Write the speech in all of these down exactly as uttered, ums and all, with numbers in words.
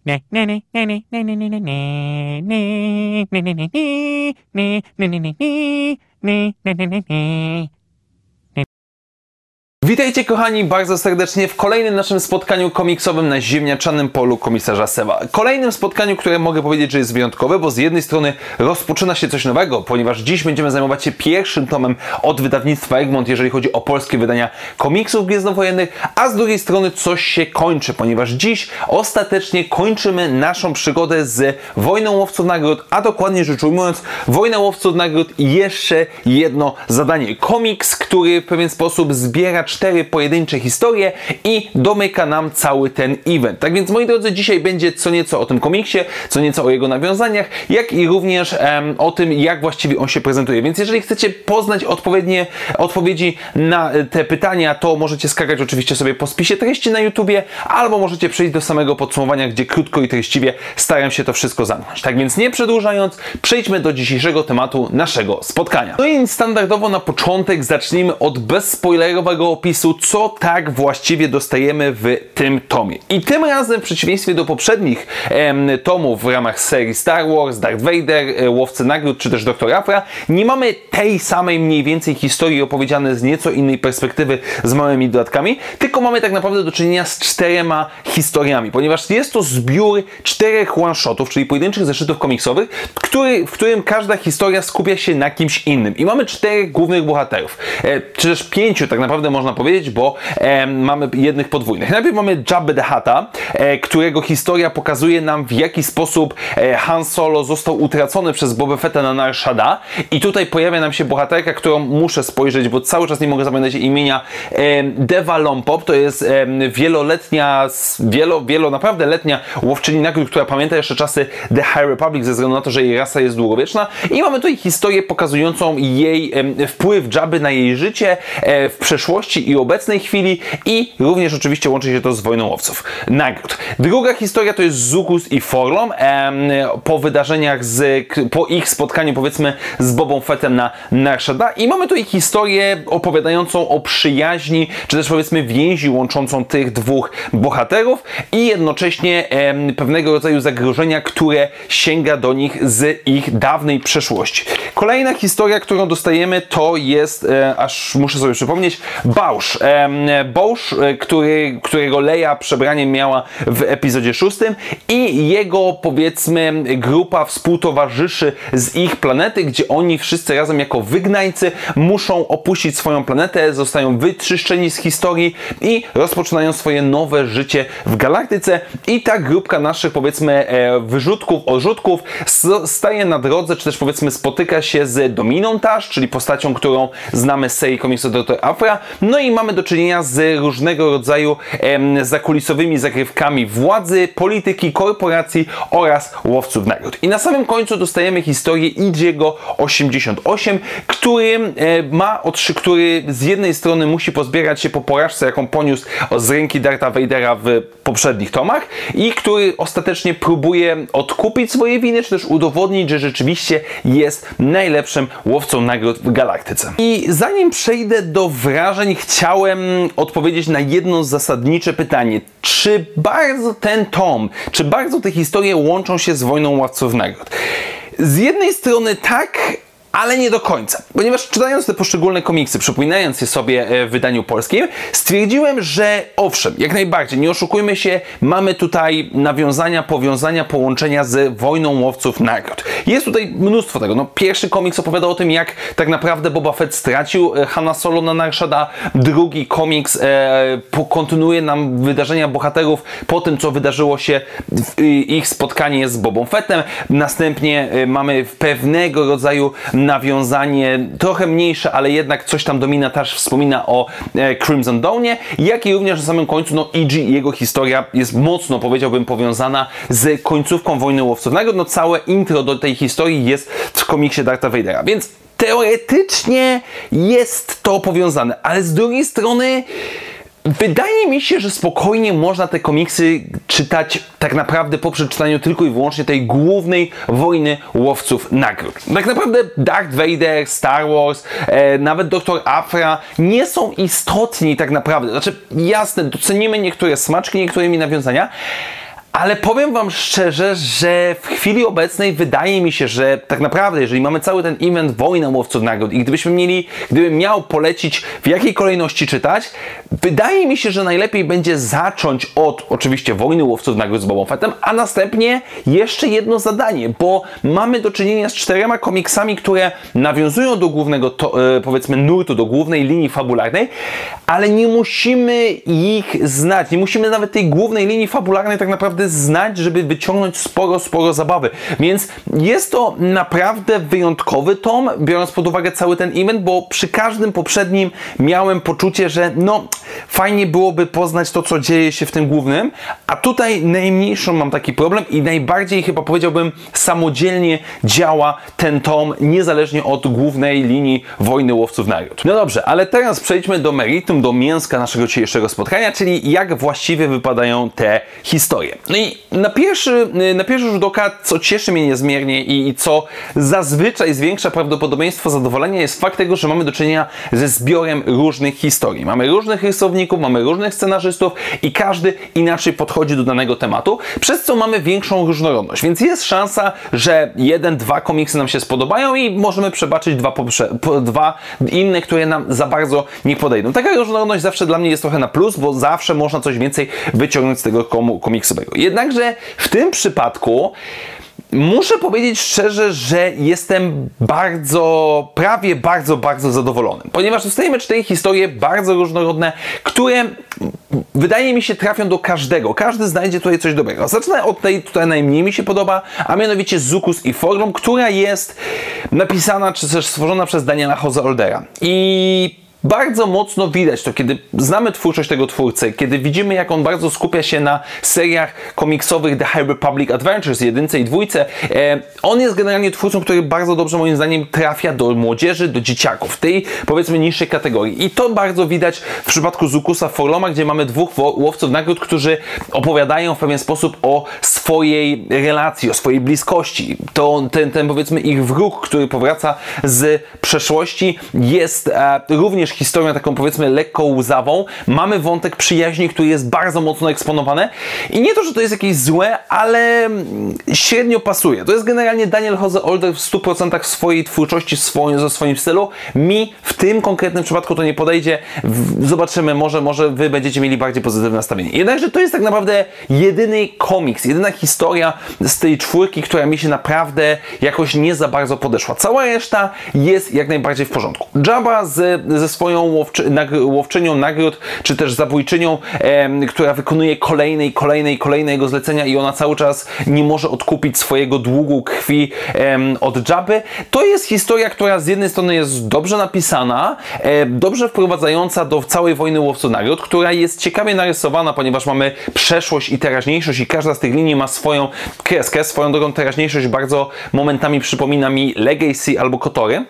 Witajcie kochani bardzo serdecznie w kolejnym naszym spotkaniu komiksowym na ziemniaczanym polu komisarza Seva. Kolejnym spotkaniu, które mogę powiedzieć, że jest wyjątkowe, bo z jednej strony rozpoczyna się coś nowego, ponieważ dziś będziemy zajmować się pierwszym tomem od wydawnictwa Egmont, jeżeli chodzi o polskie wydania komiksów gwiezdnowojennych, a z drugiej strony coś się kończy, ponieważ dziś ostatecznie kończymy naszą przygodę z Wojną Łowców Nagród, a dokładnie rzecz ujmując Wojna Łowców Nagród i jeszcze jedno zadanie. Komiks, który w pewien sposób zbiera cztery pojedyncze historie i domyka nam cały ten event. Tak więc, moi drodzy, dzisiaj będzie co nieco o tym komiksie, co nieco o jego nawiązaniach, jak i również em, o tym, jak właściwie on się prezentuje. Więc jeżeli chcecie poznać odpowiednie odpowiedzi na te pytania, to możecie skakać oczywiście sobie po spisie treści na YouTubie, albo możecie przejść do samego podsumowania, gdzie krótko i treściwie staram się to wszystko zamknąć. Tak więc, nie przedłużając, przejdźmy do dzisiejszego tematu naszego spotkania. No i standardowo na początek zacznijmy od bezspoilerowego opisu, co tak właściwie dostajemy w tym tomie. I tym razem, w przeciwieństwie do poprzednich em, tomów w ramach serii Star Wars, Darth Vader, e, Łowcy Nagród, czy też doktor Aphra, nie mamy tej samej mniej więcej historii opowiedziane z nieco innej perspektywy, z małymi dodatkami, tylko mamy tak naprawdę do czynienia z czterema historiami, ponieważ jest to zbiór czterech one-shotów, czyli pojedynczych zeszytów komiksowych, który, w którym każda historia skupia się na kimś innym. I mamy czterech głównych bohaterów, e, czy też pięciu tak naprawdę można powiedzieć, bo e, mamy jednych podwójnych. Najpierw mamy Jabba the Hutta, e, którego historia pokazuje nam, w jaki sposób e, Han Solo został utracony przez Boba Fetta na Nar Shaddaa i tutaj pojawia nam się bohaterka, którą muszę spojrzeć, bo cały czas nie mogę zapamiętać imienia, e, Deva Lompop, to jest e, wieloletnia, wielo, wielo naprawdę letnia łowczyni nagród, która pamięta jeszcze czasy The High Republic ze względu na to, że jej rasa jest długowieczna, i mamy tutaj historię pokazującą jej e, wpływ Jabby na jej życie e, w przeszłości i obecnej chwili, i również oczywiście łączy się to z Wojną Łowców Nagród. Druga historia to jest Zuckuss i Forlom em, po wydarzeniach z, po ich spotkaniu, powiedzmy, z Bobą Fettem na Nar Shaddaa, i mamy tutaj historię opowiadającą o przyjaźni, czy też powiedzmy więzi łączącą tych dwóch bohaterów i jednocześnie em, pewnego rodzaju zagrożenia, które sięga do nich z ich dawnej przeszłości. Kolejna historia, którą dostajemy, to jest, e, aż muszę sobie przypomnieć, Bausch. E, Bausch, e, który, którego Leia przebraniem miała w epizodzie szóstym, i jego, powiedzmy, grupa współtowarzyszy z ich planety, gdzie oni wszyscy razem jako wygnańcy muszą opuścić swoją planetę, zostają wyczyszczeni z historii i rozpoczynają swoje nowe życie w galaktyce, i ta grupka naszych, powiedzmy, e, wyrzutków, odrzutków staje na drodze, czy też powiedzmy spotyka się z Dominą Tash, czyli postacią, którą znamy z serii komiksów doktor Aphra. No i mamy do czynienia z różnego rodzaju em, zakulisowymi zagrywkami władzy, polityki, korporacji oraz Łowców Nagród. I na samym końcu dostajemy historię Idziego osiemdziesiąt osiem, który e, ma otrzy, który z jednej strony musi pozbierać się po porażce, jaką poniósł z ręki Dartha Vadera w poprzednich tomach, i który ostatecznie próbuje odkupić swoje winy, czy też udowodnić, że rzeczywiście jest najlepszym łowcą nagród w galaktyce. I zanim przejdę do wrażeń, chciałem odpowiedzieć na jedno zasadnicze pytanie. Czy bardzo ten tom, czy bardzo te historie łączą się z Wojną Łowców Nagród? Z jednej strony tak, ale nie do końca. Ponieważ czytając te poszczególne komiksy, przypominając je sobie w wydaniu polskim, stwierdziłem, że owszem, jak najbardziej, nie oszukujmy się, mamy tutaj nawiązania, powiązania, połączenia z Wojną Łowców Nagród. Jest tutaj mnóstwo tego. No, pierwszy komiks opowiada o tym, jak tak naprawdę Boba Fett stracił Hanna Solo na Nar Shaddaa. Drugi komiks e, kontynuuje nam wydarzenia bohaterów po tym, co wydarzyło się w ich spotkanie z Bobą Fettem. Następnie e, mamy pewnego rodzaju nawiązanie, trochę mniejsze, ale jednak coś tam Domina też wspomina o e, Crimson Dawnie, jak i również na samym końcu, no Idzi i jego historia jest mocno, powiedziałbym, powiązana z końcówką Wojny Łowców Nagród. No całe intro do tej historii jest w komiksie Dartha Vadera, więc teoretycznie jest to powiązane, ale z drugiej strony wydaje mi się, że spokojnie można te komiksy czytać tak naprawdę po przeczytaniu tylko i wyłącznie tej głównej Wojny Łowców Nagród. Tak naprawdę Darth Vader, Star Wars, e, nawet doktor Aphra nie są istotni tak naprawdę. Znaczy, jasne, docenimy niektóre smaczki, niektórymi nawiązania, Ale powiem wam szczerze, że w chwili obecnej wydaje mi się, że tak naprawdę, jeżeli mamy cały ten event Wojna Łowców Nagród i gdybyśmy mieli, gdybym miał polecić w jakiej kolejności czytać, wydaje mi się, że najlepiej będzie zacząć od oczywiście Wojny Łowców Nagród z Bobą Fettem, a następnie jeszcze jedno zadanie, bo mamy do czynienia z czterema komiksami, które nawiązują do głównego, to, e, powiedzmy, nurtu, do głównej linii fabularnej, ale nie musimy ich znać, nie musimy nawet tej głównej linii fabularnej tak naprawdę znać, żeby wyciągnąć sporo, sporo zabawy. Więc jest to naprawdę wyjątkowy tom, biorąc pod uwagę cały ten event, bo przy każdym poprzednim miałem poczucie, że no fajnie byłoby poznać to, co dzieje się w tym głównym, a tutaj najmniejszą mam taki problem i najbardziej chyba powiedziałbym samodzielnie działa ten tom, niezależnie od głównej linii Wojny Łowców Nagród. No dobrze, ale teraz przejdźmy do meritum, do mięska naszego dzisiejszego spotkania, czyli jak właściwie wypadają te historie. No i na pierwszy, na pierwszy rzut oka, co cieszy mnie niezmiernie i, i co zazwyczaj zwiększa prawdopodobieństwo zadowolenia, jest fakt tego, że mamy do czynienia ze zbiorem różnych historii. Mamy różnych rysowników, mamy różnych scenarzystów i każdy inaczej podchodzi do danego tematu, przez co mamy większą różnorodność. Więc jest szansa, że jeden, dwa komiksy nam się spodobają i możemy przebaczyć dwa, poprze- po, dwa inne, które nam za bardzo nie podejdą. Taka różnorodność zawsze dla mnie jest trochę na plus, bo zawsze można coś więcej wyciągnąć z tego komu- komiksowego. Jednakże w tym przypadku muszę powiedzieć szczerze, że jestem bardzo, prawie bardzo, bardzo zadowolony, ponieważ dostajemy cztery historie bardzo różnorodne, które wydaje mi się trafią do każdego. Każdy znajdzie tutaj coś dobrego. Zacznę od tej, która najmniej mi się podoba, a mianowicie Zuckuss i Forlom, która jest napisana, czy też stworzona przez Daniela Hoseoldera. I bardzo mocno widać to, kiedy znamy twórczość tego twórcy, kiedy widzimy, jak on bardzo skupia się na seriach komiksowych The High Republic Adventures, jedynce i dwójce. E, on jest generalnie twórcą, który bardzo dobrze moim zdaniem trafia do młodzieży, do dzieciaków, tej powiedzmy niższej kategorii. I to bardzo widać w przypadku Zuckussa Forloma, gdzie mamy dwóch łowców nagród, którzy opowiadają w pewien sposób o swojej relacji, o swojej bliskości. To ten, ten powiedzmy ich wróg, który powraca z przeszłości, jest e, również historią taką powiedzmy lekko łzawą. Mamy wątek przyjaźni, który jest bardzo mocno eksponowany i nie to, że to jest jakieś złe, ale średnio pasuje. To jest generalnie Daniel Hoseolder w stu procentach swojej twórczości, swoim, ze swoim stylu. Mi w tym konkretnym przypadku to nie podejdzie. Zobaczymy, może, może wy będziecie mieli bardziej pozytywne nastawienie. Jednakże to jest tak naprawdę jedyny komiks, jedyna historia z tej czwórki, która mi się naprawdę jakoś nie za bardzo podeszła. Cała reszta jest jak najbardziej w porządku. Jabba z, ze swoją łowczy, nagr łowczynią nagród, czy też zabójczynią, e, która wykonuje kolejne i kolejne i kolejne jego zlecenia i ona cały czas nie może odkupić swojego długu krwi e, od Jabby. To jest historia, która z jednej strony jest dobrze napisana, e, dobrze wprowadzająca do całej Wojny Łowców Nagród, która jest ciekawie narysowana, ponieważ mamy przeszłość i teraźniejszość i każda z tych linii ma swoją kreskę. Swoją drogą teraźniejszość bardzo momentami przypomina mi Legacy albo Kotory.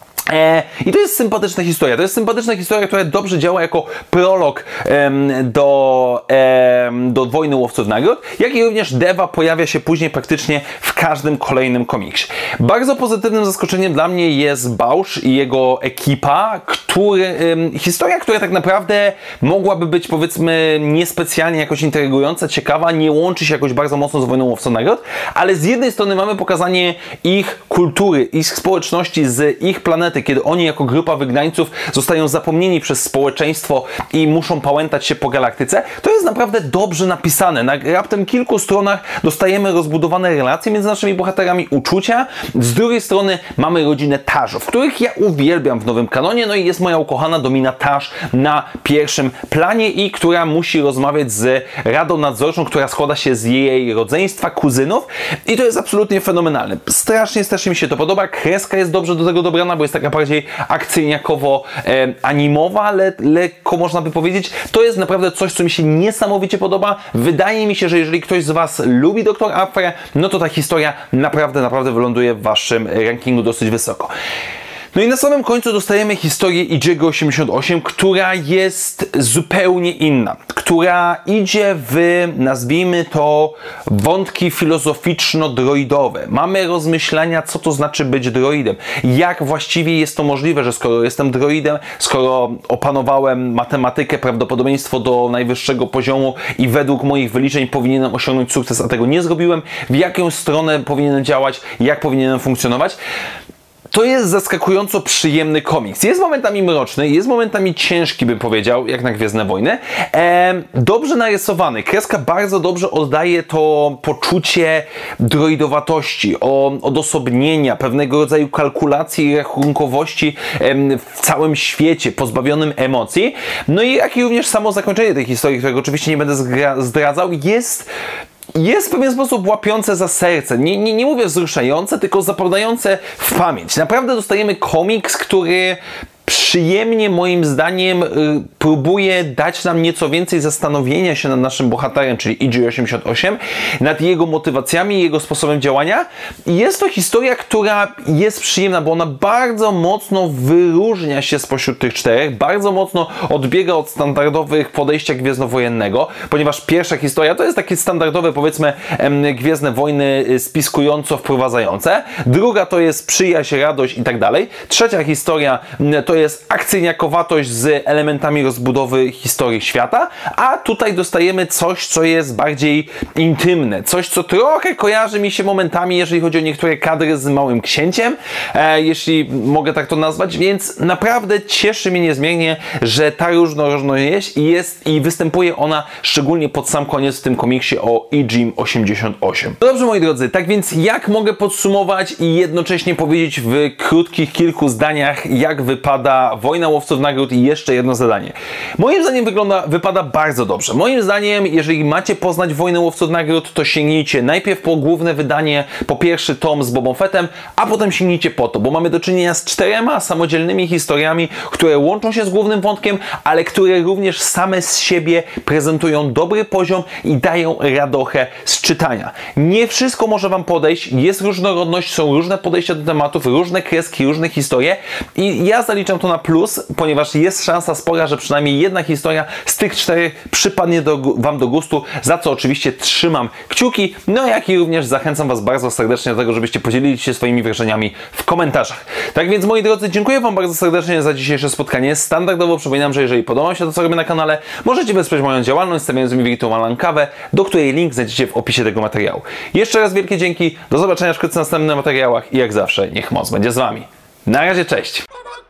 E, I to jest sympatyczna historia. To jest sympatyczna historia, która dobrze działa jako prolog em, do, em, do Wojny Łowców Nagród, jak i również Deva pojawia się później praktycznie w każdym kolejnym komiksie. Bardzo pozytywnym zaskoczeniem dla mnie jest Bausch i jego ekipa, który, em, historia, która tak naprawdę mogłaby być powiedzmy niespecjalnie jakoś intrygująca, ciekawa, nie łączy się jakoś bardzo mocno z Wojną Łowców Nagród, ale z jednej strony mamy pokazanie ich kultury, ich społeczności, z ich planety, kiedy oni jako grupa wygnańców zostają zapomnieni przez społeczeństwo i muszą pałętać się po galaktyce. To jest naprawdę dobrze napisane. Na raptem kilku stronach dostajemy rozbudowane relacje między naszymi bohaterami, uczucia. Z drugiej strony mamy rodzinę Tarzów, których ja uwielbiam w nowym kanonie, no i jest moja ukochana Domina Tarz na pierwszym planie i która musi rozmawiać z Radą Nadzorczą, która składa się z jej rodzeństwa, kuzynów i to jest absolutnie fenomenalne. Strasznie, strasznie mi się to podoba. Kreska jest dobrze do tego dobrana, bo jest taka bardziej akcyjniakowo e, animowa, ale lekko można by powiedzieć. To jest naprawdę coś, co mi się niesamowicie podoba. Wydaje mi się, że jeżeli ktoś z Was lubi doktor Aphra, no to ta historia naprawdę, naprawdę wyląduje w Waszym rankingu dosyć wysoko. No i na samym końcu dostajemy historię Idziego osiemdziesiąt osiem, która jest zupełnie inna, która idzie w, nazwijmy to, wątki filozoficzno-droidowe. Mamy rozmyślania, co to znaczy być droidem, jak właściwie jest to możliwe, że skoro jestem droidem, skoro opanowałem matematykę, prawdopodobieństwo do najwyższego poziomu i według moich wyliczeń powinienem osiągnąć sukces, a tego nie zrobiłem, w jaką stronę powinienem działać, jak powinienem funkcjonować. To jest zaskakująco przyjemny komiks. Jest momentami mroczny, jest momentami ciężki, bym powiedział, jak na Gwiezdne Wojny. E, dobrze narysowany. Kreska bardzo dobrze oddaje to poczucie droidowatości, o, odosobnienia, pewnego rodzaju kalkulacji i rachunkowości em, w całym świecie, pozbawionym emocji. No i jak i również samo zakończenie tej historii, którego oczywiście nie będę zdradzał, jest... Jest w pewien sposób łapiące za serce. Nie, nie, nie mówię wzruszające, tylko zapadające w pamięć. Naprawdę dostajemy komiks, który przyjemnie, moim zdaniem, y, próbuje dać nam nieco więcej zastanowienia się nad naszym bohaterem, czyli I G osiemdziesiąt osiem, nad jego motywacjami i jego sposobem działania. I jest to historia, która jest przyjemna, bo ona bardzo mocno wyróżnia się spośród tych czterech, bardzo mocno odbiega od standardowych podejścia gwiezdnowojennego, ponieważ pierwsza historia to jest takie standardowe, powiedzmy, em, Gwiezdne Wojny spiskująco wprowadzające. Druga to jest przyjaźń, radość i tak dalej. Trzecia historia m, to jest akcyjniakowatość z elementami rozbudowy historii świata, a tutaj dostajemy coś, co jest bardziej intymne, coś, co trochę kojarzy mi się momentami, jeżeli chodzi o niektóre kadry z Małym Księciem, e, jeśli mogę tak to nazwać, więc naprawdę cieszy mnie niezmiernie, że ta różnorodność jest i, jest i występuje ona szczególnie pod sam koniec w tym komiksie o I G osiemdziesiąt osiem. No dobrze, moi drodzy, tak więc jak mogę podsumować i jednocześnie powiedzieć w krótkich kilku zdaniach, jak wypada Wojna Łowców Nagród i jeszcze jedno zadanie. Moim zdaniem wygląda, wypada bardzo dobrze. Moim zdaniem, jeżeli macie poznać Wojnę Łowców Nagród, to sięgnijcie najpierw po główne wydanie, po pierwszy tom z Bobą Fettem, a potem sięgnijcie po to, bo mamy do czynienia z czterema samodzielnymi historiami, które łączą się z głównym wątkiem, ale które również same z siebie prezentują dobry poziom i dają radochę z czytania. Nie wszystko może Wam podejść, jest różnorodność, są różne podejścia do tematów, różne kreski, różne historie i ja zaliczam to na plus, ponieważ jest szansa spora, że przynajmniej jedna historia z tych czterech przypadnie do, Wam do gustu, za co oczywiście trzymam kciuki, no jak i również zachęcam Was bardzo serdecznie do tego, żebyście podzielili się swoimi wrażeniami w komentarzach. Tak więc, moi drodzy, dziękuję Wam bardzo serdecznie za dzisiejsze spotkanie. Standardowo przypominam, że jeżeli podoba się to, co robię na kanale, możecie wesprzeć moją działalność, stawiając mi wirtualną kawę, do której link znajdziecie w opisie tego materiału. Jeszcze raz wielkie dzięki, do zobaczenia wkrótce w następnych materiałach i jak zawsze, niech moc będzie z Wami. Na razie, cześć!